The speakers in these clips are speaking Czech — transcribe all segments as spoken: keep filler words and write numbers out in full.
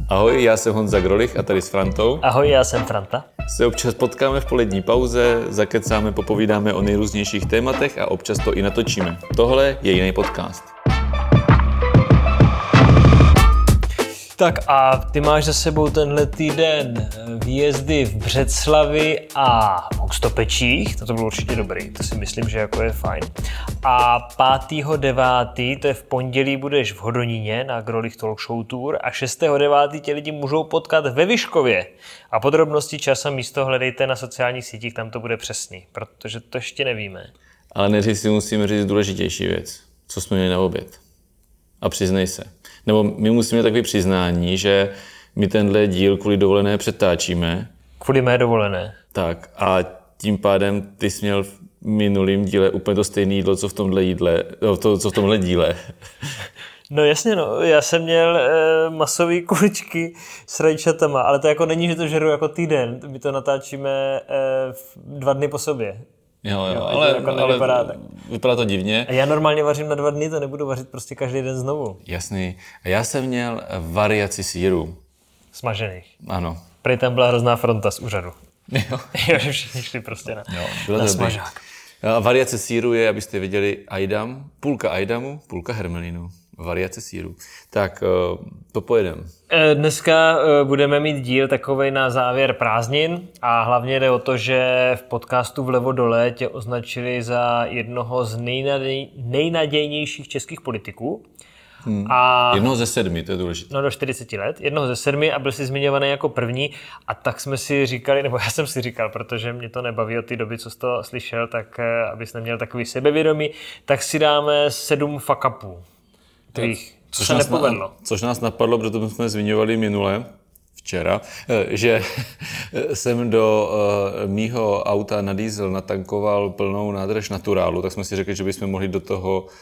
Ahoj, já jsem Honza Grolich a tady s Frantou. Ahoj, já jsem Franta. Se občas potkáme v polední pauze, zakecáme, popovídáme o nejrůznějších tématech a občas to i natočíme. Tohle je jiný podcast. Tak a ty máš za sebou tenhle týden výjezdy v Břeclavi a v Hustopečích, to, to bylo určitě dobrý, to si myslím, že jako je fajn. A pátého devátého to je v pondělí, budeš v Hodoníně na Grolich Talk Show Tour a šestého devátého tě lidi můžou potkat ve Vyškově. A podrobnosti, čas a místo hledejte na sociálních sítích, tam to bude přesný, protože to ještě nevíme. Ale neříct si musíme říct důležitější věc, co jsme měli na oběd. A přiznej se. Nebo my musíme takový přiznání, že my tenhle díl kvůli dovolené přetáčíme. Kvůli mé dovolené. Tak a tím pádem ty jsi měl v minulým díle úplně to stejné jídlo, co v tomhle jídle, to, co v tomhle díle. No jasně, no. Já jsem měl e, masový kuličky s rajčatama, ale to jako není, že to žeru jako týden. My to natáčíme e, dva dny po sobě. Jo, jo, jo ale, to jako ale nevypadá tak. Vypadá to divně. A já normálně vařím na dva dny, to nebudu vařit prostě každý den znovu. Jasný. A já jsem měl variaci sýru. Smažených. Ano. Prej tam byla hrozná fronta z úřadu. Jo. jo, že všichni šli prostě na, jo, na smažák. A variace sýru je, abyste viděli, ajdam, půlka ajdamu, půlka hermelinu. Variace sýru. Tak to pojedem. Dneska budeme mít díl takovej na závěr prázdnin a hlavně jde o to, že v podcastu Vlevo dole tě označili za jednoho z nejnaděj, nejnadějnějších českých politiků. Hmm. A jednoho ze sedmi, to je důležité. No do čtyřiceti let, jednoho ze sedmi a byl si zmiňovaný jako první a tak jsme si říkali, nebo já jsem si říkal, protože mě to nebaví od té doby, co jsi to slyšel, tak abys neměl takový sebevědomí, tak si dáme sedm fuck upů. Tvých, co se nepovedlo. Na, což nás napadlo, protože jsme zmiňovali minule, včera, že jsem do uh, mýho auta na diesel natankoval plnou nádrž Naturálu, tak jsme si řekli, že bychom mohli do toho uh,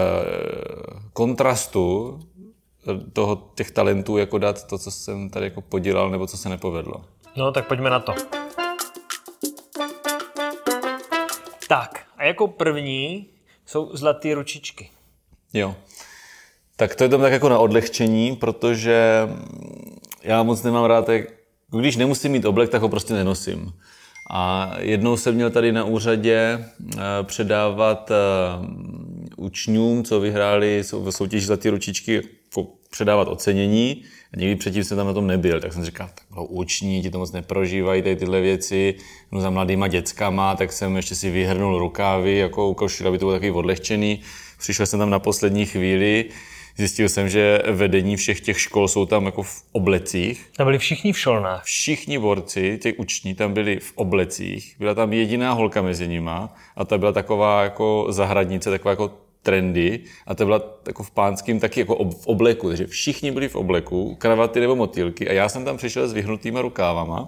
kontrastu toho, těch talentů jako dát to, co jsem tady jako podělal, nebo co se nepovedlo. No, tak pojďme na to. Tak, a jako první jsou zlatý ručičky. Jo. Tak to je tam tak jako na odlehčení, protože já moc nemám rád, jak, když nemusím mít oblek, tak ho prostě nenosím. A jednou jsem měl tady na úřadě předávat učňům, co vyhráli v soutěži Zlatý ručičky, předávat ocenění. A někdy předtím jsem tam na tom nebyl, tak jsem říkal, tak no, uční, ti to moc neprožívají tady tyhle věci, no za mladýma dětskama, tak jsem ještě si vyhrnul rukávy, jako u košile, aby to bylo takový odlehčený. Přišel jsem tam na poslední chvíli, zjistil jsem, že vedení všech těch škol jsou tam jako v oblecích. Tam byli všichni v šolnách. Všichni borci, těch uční, tam byli v oblecích. Byla tam jediná holka mezi nima a ta byla taková jako zahradnice, taková jako trendy a to byla jako v pánským taky jako v obleku, takže všichni byli v obleku, kravaty nebo motýlky a já jsem tam přišel s vyhnutýma rukávama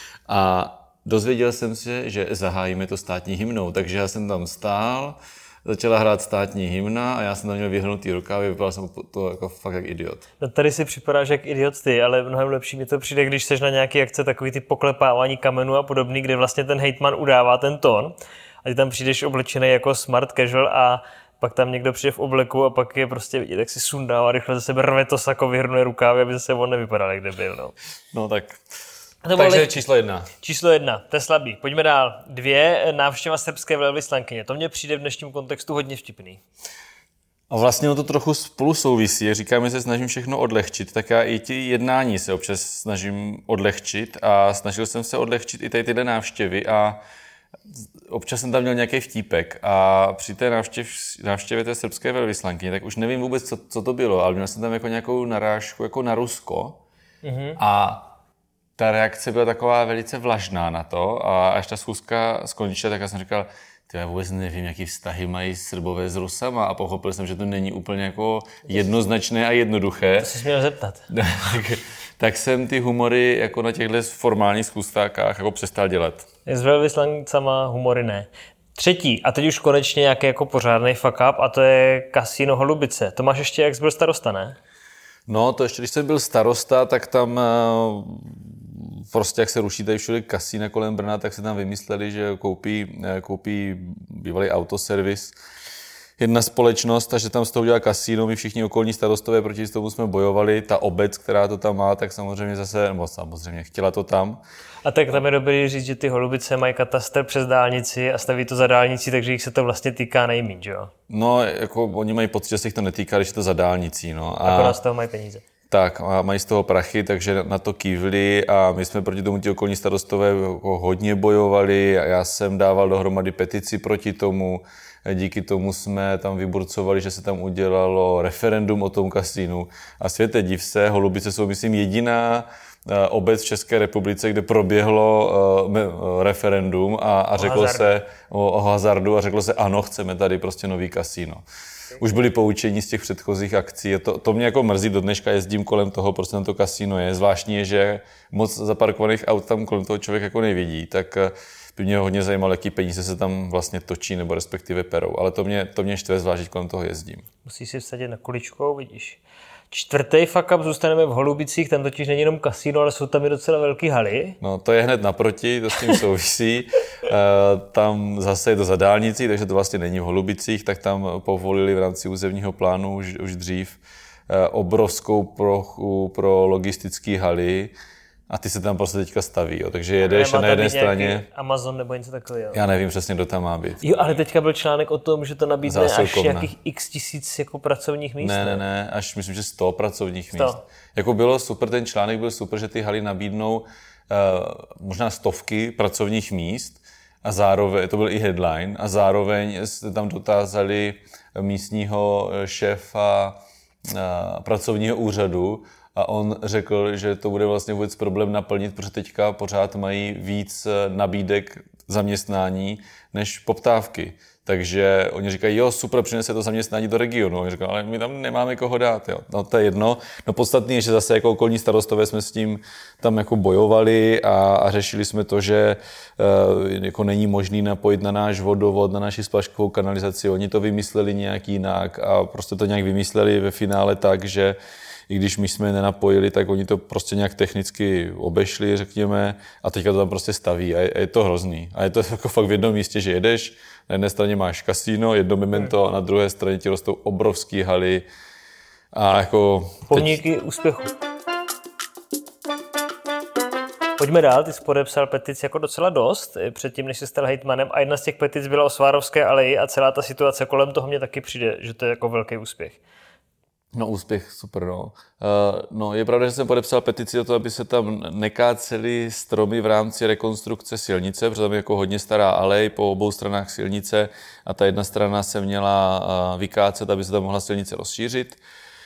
a dozvěděl jsem se, že zahájíme to státní hymnou, takže já jsem tam stál, začala hrát státní hymna a já jsem tam měl vyhrnutý rukávy, vypadal jsem to jako fakt jak idiot. No tady si připadáš jak idiot ty, ale mnohem lepší mi to přijde, když seš na nějaký akce takový ty poklepávání kamenů a podobný, kde vlastně ten hejtman udává ten tón a ty tam přijdeš oblečený jako smart casual a pak tam někdo přijde v obleku a pak je prostě vidět, jak si sundá a rychle ze sebe rve to sako, vyhrnuje rukávy, aby zase on nevypadal, jak debil. No, no tak. To Takže leh... číslo jedna. Číslo jedna, to je slabý. Pojďme dál. Dvě, návštěva srbské velvyslankyně. To mně přijde v dnešním kontextu hodně vtipný. A vlastně to trochu spolu souvisí. Jak říkáme, že se snažím všechno odlehčit, tak já i ti jednání se občas snažím odlehčit a snažil jsem se odlehčit i tady tyhle návštěvy a občas jsem tam měl nějaký vtípek a při té návštěv, návštěvě té srbské velvyslankyně, tak už nevím vůbec, co, co to bylo, ale měl jsem tam jako nějakou narážku jako na Rusko mm-hmm. a ta reakce byla taková velice vlažná na to a až ta schůzka skončila, tak já jsem říkal, ty já vůbec nevím, jaký vztahy mají Srbové s Rusama a pochopil jsem, že to není úplně jako jednoznačné a jednoduché. To jsi měl zeptat. tak, tak jsem ty humory jako na těchto formálních schůzkách jako přestal dělat. S velvyslancama humory ne. Třetí, a teď už konečně nějaký jako pořádnej fuck up, a to je Kasino Holubice. To máš ještě, jak jsi byl starosta, ne? No, to ještě, když jsem byl starosta, tak tam prostě, jak se ruší tady všude kasína kolem Brna, tak se tam vymysleli, že koupí, koupí bývalý autoservis jedna společnost a že tam z toho udělá kasíno, my všichni okolní starostové proti tomu jsme bojovali, ta obec, která to tam má, tak samozřejmě zase, nebo samozřejmě chtěla to tam. A tak tam je dobrý říct, že ty Holubice mají katastr přes dálnici a staví to za dálnicí, takže jich se to vlastně týká nejméně, že jo? No, jako oni mají pocit, že se jich to netýká, když je to za dálnicí, no. A akorát z toho mají peníze. Tak, a mají z toho prachy, takže na to kývli a my jsme proti tomu ti okolní starostové jako hodně bojovali a já jsem dával dohromady petici proti tomu. Díky tomu jsme tam vyburcovali, že se tam udělalo referendum o tom kasínu. A světe div se, Holubice jsou, myslím, jediná obec v České republice, kde proběhlo uh, referendum a, a řeklo hazardu. se o, o hazardu a řeklo se ano, chceme tady prostě nový kasíno. Už byli poučení z těch předchozích akcí. To, to mě jako mrzí, do dneška jezdím kolem toho, prostě tam to kasíno je. Zvláštní je, že moc zaparkovaných aut tam kolem toho člověk jako nevidí, tak by mě hodně zajímalo, jaký peníze se tam vlastně točí nebo respektive perou. Ale to mě, to mě štve zvlášť, kolem toho jezdím. Musíš si vsadit na kuličkou, vidíš. Čtvrtý fuck up, zůstaneme v Holubicích, tam totiž není jenom kasíno, ale jsou tam i docela velký haly. No to je hned naproti, to s tím souvisí. e, tam zase je to za dálnicí, takže to vlastně není v Holubicích, tak tam povolili v rámci územního plánu už, už dřív e, obrovskou plochu pro logistické haly. A ty se tam prostě teďka staví, jo. Takže jedeš a na jedné straně... Amazon nebo něco takového. Já nevím přesně, kdo tam má být. Jo, ale teďka byl článek o tom, že to nabídne až nějakých x tisíc jako pracovních míst. Ne, ne, ne, až myslím, že sto pracovních sto. míst. Jako bylo super, ten článek byl super, že ty haly nabídnou uh, možná stovky pracovních míst a zároveň, to byl i headline, a zároveň jste tam dotázali místního šéfa uh, pracovního úřadu, a on řekl, že to bude vlastně vůbec problém naplnit, protože teďka pořád mají víc nabídek zaměstnání než poptávky. Takže oni říkají, jo, super, přinese to zaměstnání do regionu. Oni říkají, ale my tam nemáme koho dát. Jo. No to je jedno. No podstatný je, že zase jako okolní starostové jsme s tím tam jako bojovali a, a řešili jsme to, že e, jako není možný napojit na náš vodovod, na naši splaškovou kanalizaci. Oni to vymysleli nějak jinak a prostě to nějak vymysleli ve finále tak, že i když my jsme je nenapojili, tak oni to prostě nějak technicky obešli, řekněme, a teďka to tam prostě staví a je, je to hrozný. A je to jako fakt v jednom místě, že jedeš, na jedné straně máš kasíno, jedno memento, a na druhé straně ti rostou obrovský haly a jako... Pomníky teď... úspěchu. Pojďme dál, ty jsi podepsal petic jako docela dost předtím, než jsi stal hejtmanem, a jedna z těch petic byla o Svárovské aleji a celá ta situace kolem toho mě taky přijde, že to je jako velký úspěch. No úspěch, super, no. Uh, no. Je pravda, že jsem podepsal petici o to, aby se tam nekácely stromy v rámci rekonstrukce silnice, protože tam je jako hodně stará alej po obou stranách silnice a ta jedna strana se měla uh, vykácet, aby se tam mohla silnice rozšířit.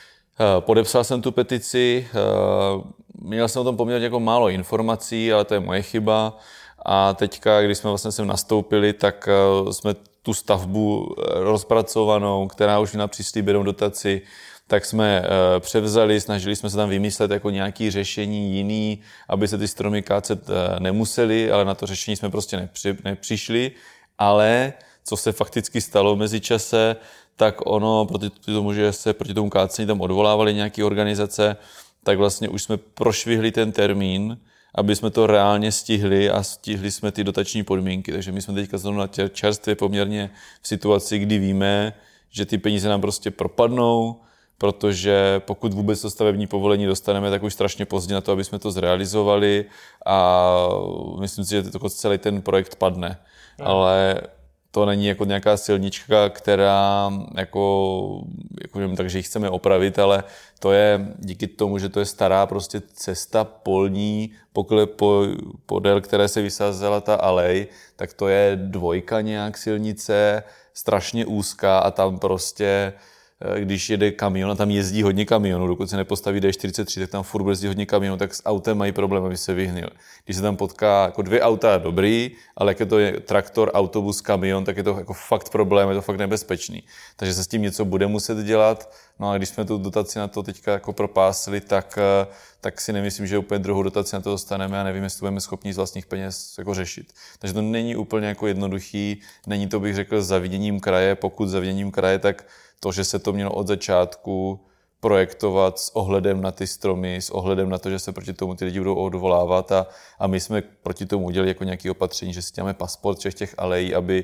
Uh, podepsal jsem tu petici, uh, měl jsem o tom poměrně jako málo informací, ale to je moje chyba. A teďka, když jsme vlastně sem nastoupili, tak uh, jsme tu stavbu rozpracovanou, která už měla přislíbenou dotaci, tak jsme e, převzali, snažili jsme se tam vymyslet jako nějaké řešení jiný, aby se ty stromy kácet e, nemuseli, ale na to řešení jsme prostě nepři, nepřišli. Ale co se fakticky stalo mezi čase, tak ono, proti tomu, že se proti tomu kácení tam odvolávaly nějaké organizace, tak vlastně už jsme prošvihli ten termín, aby jsme to reálně stihli a stihli jsme ty dotační podmínky. Takže my jsme teďka zrovna čerstvě poměrně v situaci, kdy víme, že ty peníze nám prostě propadnou, protože pokud vůbec to stavební povolení dostaneme, tak už strašně pozdě na to, aby jsme to zrealizovali a myslím si, že to celý ten projekt padne. No. Ale to není jako nějaká silnička, která jako, jako nevím, takže ji chceme opravit, ale to je díky tomu, že to je stará prostě cesta polní, pokle, po, podél které se vysázela ta alej, tak to je dvojka nějak silnice, strašně úzká a tam prostě když jede kamion a tam jezdí hodně kamionů, dokud se nepostaví D čtyřicet tři, tak tam furt jezdí hodně kamionů, tak s autem mají problém, aby se vyhnil. Když se tam potká jako dvě auta, dobrý, ale jak je to je traktor, autobus, kamion, tak je to jako fakt problém, je to fakt nebezpečný. Takže se s tím něco bude muset dělat. No a když jsme tu dotaci na to teďka jako propásli, tak, tak si nemyslím, že úplně druhou dotaci na to dostaneme a nevím, jestli budeme schopni z vlastních peněz jako řešit. Takže to není úplně jako jednoduchý, není to, bych řekl, zaviděním kraje, pokud zaviděním kraje, tak to, že se to mělo od začátku projektovat s ohledem na ty stromy, s ohledem na to, že se proti tomu ty lidi budou odvolávat a, a my jsme proti tomu udělali jako nějaké opatření, že si děláme pasport všech těch alejí, aby,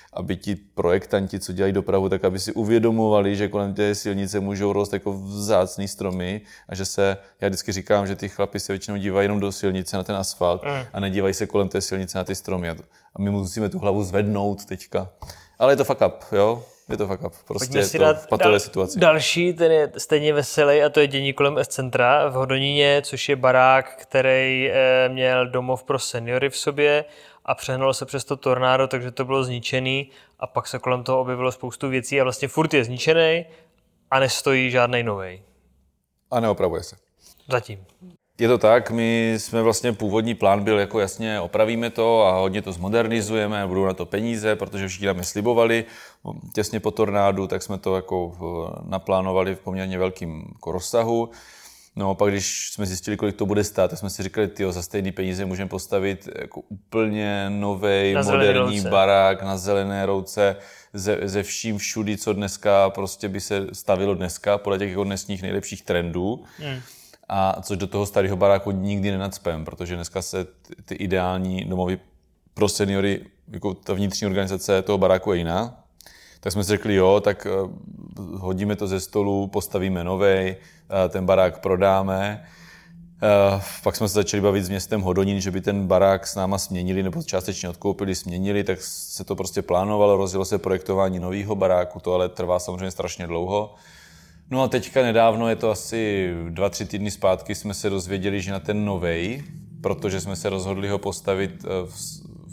aby ti projektanti, co dělají dopravu, tak aby si uvědomovali, že kolem té silnice můžou růst jako vzácný stromy a že se, já vždycky říkám, že ty chlapi se většinou dívají jenom do silnice na ten asfalt mm. a nedívají se kolem té silnice na ty stromy. A my musíme tu hlavu zvednout teďka. Ale je to fuck up, jo? Je to fuck up. Prostě je to v patové dal, situaci. Další, ten je stejně veselý a to je dění kolem S-centra v Hodoníně, což je barák, který e, měl domov pro seniory v sobě a přehnalo se přes to tornádo, takže to bylo zničený a pak se kolem toho objevilo spoustu věcí a vlastně furt je zničený a nestojí žádnej novej. A neopravuje se. Zatím. Je to tak, my jsme vlastně, původní plán byl jako jasně opravíme to a hodně to zmodernizujeme, budou na to peníze, protože všichni nám je slibovali těsně po tornádu, tak jsme to jako naplánovali v poměrně velkým jako rozsahu. No a pak, když jsme zjistili, kolik to bude stát, tak jsme si říkali, tyjo, za stejný peníze můžeme postavit jako úplně novej, moderní barák na zelené rouce, ze, ze vším všudy, co dneska prostě by se stavilo dneska, podle těch jako dnesních nejlepších trendů. Hmm. A což do toho starého baráku nikdy nenacpem, protože dneska se ty ideální domovy pro seniory, jako ta vnitřní organizace toho baráku je jiná. Tak jsme si řekli, jo, tak hodíme to ze stolu, postavíme novej, ten barák prodáme. Pak jsme se začali bavit s městem Hodonín, že by ten barák s náma směnili, nebo částečně odkoupili, směnili, tak se to prostě plánovalo, rozjelo se projektování nového baráku, to ale trvá samozřejmě strašně dlouho. No a teďka nedávno, je to asi dva, tři týdny zpátky, jsme se dozvěděli, že na ten novej, protože jsme se rozhodli ho postavit v, v,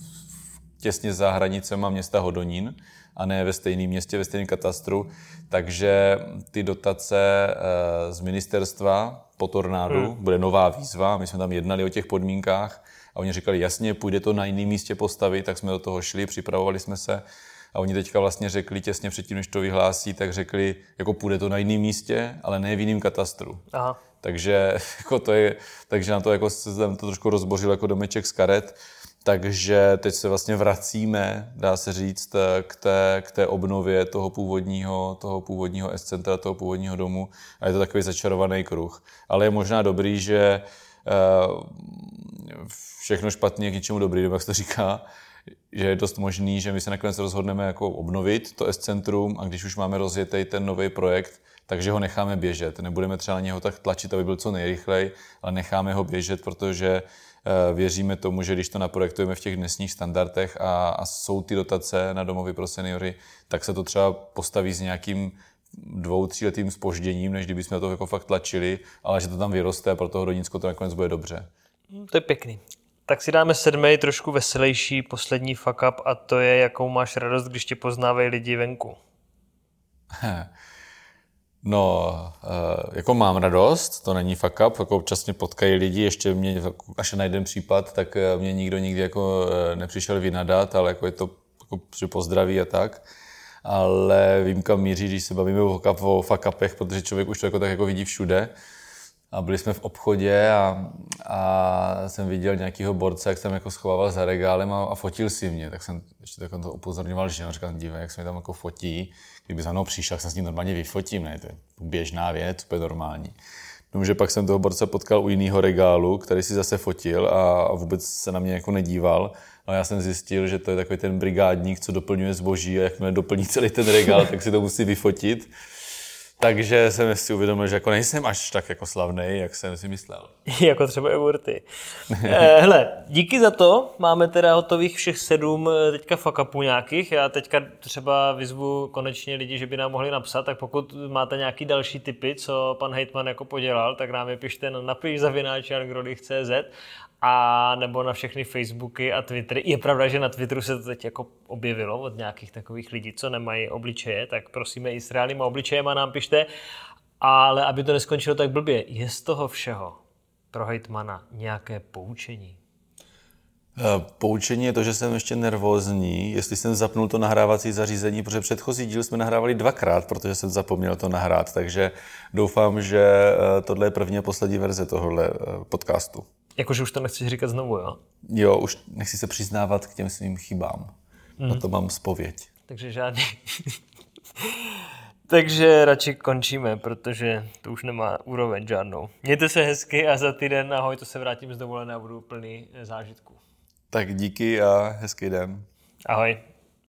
těsně za hranicema města Hodonín a ne ve stejném městě, ve stejném katastru, takže ty dotace e, z ministerstva po tornádu, hmm. bude nová výzva, my jsme tam jednali o těch podmínkách a oni říkali, jasně, půjde to na jiném místě postavit, tak jsme do toho šli, připravovali jsme se. A oni teďka vlastně řekli, těsně předtím, než to vyhlásí, tak řekli, jako půjde to na jiném místě, ale ne v jiném katastru. Aha. Takže, jako to je, takže na to jako se to trošku rozbořil jako domeček z karet. Takže teď se vlastně vracíme, dá se říct, k té, k té obnově toho původního, toho původního S-centra, toho původního domu. A je to takový začarovaný kruh. Ale je možná dobrý, že všechno špatně je k něčemu dobrý, jak se to říká, že je dost možný, že my se nakonec rozhodneme jako obnovit to S-centrum a když už máme rozjetý ten nový projekt, takže ho necháme běžet. Nebudeme třeba na něho tak tlačit, aby byl co nejrychlej, ale necháme ho běžet, protože věříme tomu, že když to naprojektujeme v těch dnesních standardech a, a jsou ty dotace na domovy pro seniory, tak se to třeba postaví s nějakým dvou, tříletým zpožděním, než kdyby jsme to jako fakt tlačili, ale že to tam vyroste a pro toho Hodonícko to nakonec bude dobře. To je pěkný. Tak si dáme sedmý, trošku veselější, poslední fuck up a to je, jakou máš radost, když tě poznávají lidi venku. No, jako mám radost, to není fuck up, jako občas mě potkají lidi, ještě mě, až na jeden případ, tak mě nikdo nikdy jako nepřišel vynadat, ale jako je to, jako, že pozdraví a tak. Ale vím, kam míří, když se bavíme o, o fuck upech, protože člověk už to jako tak jako vidí všude. A byli jsme v obchodě a, a jsem viděl nějakýho borce, jak jsem jako schovával za regálem a, a fotil si mě. Tak jsem ještě tak to upozorňoval ženu, říkám, dívej, jak se mi tam jako fotí. Kdyby za mnou přišel, tak se s ním normálně vyfotím, ne? To je běžná věc, úplně normální. Protože pak jsem toho borce potkal u jiného regálu, který si zase fotil a, a vůbec se na mě jako nedíval. A já jsem zjistil, že to je takový ten brigádník, co doplňuje zboží a jakmile doplní celý ten regál, tak si to musí vyfotit. Takže jsem si uvědomil, že jako nejsem až tak jako slavnej, jak jsem si myslel. Jako třeba Jogurty. eh, hele, díky za to. Máme teda hotových všech sedm teďka fuck upů nějakých. Já teďka třeba vyzvu konečně lidi, že by nám mohli napsat, tak pokud máte nějaký další tipy, co pan hejtman jako podělal, tak nám je pište na napiš zavináč jan grolich tečka cé zet a nebo na všechny Facebooky a Twittery. Je pravda, že na Twitteru se to teď jako objevilo od nějakých takových lidí, co nemají obličeje, tak prosíme i s reálnýma obličejema nám pište. Ale aby to neskončilo tak blbě, je z toho všeho pro hejtmana nějaké poučení? Poučení je to, že jsem ještě nervózní, jestli jsem zapnul to nahrávací zařízení, protože předchozí díl jsme nahrávali dvakrát, protože jsem zapomněl to nahrát, takže doufám, že tohle je první a poslední verze tohohle podcastu. Jakože už to nechci říkat znovu, jo? Jo, už nechci se přiznávat k těm svým chybám. Mm. Na to mám zpověď. Takže žádný. Takže radši končíme, protože to už nemá úroveň žádnou. Mějte se hezky a za týden ahoj, to se vrátím z dovolené a budu plný zážitků. Tak díky a hezký den. Ahoj.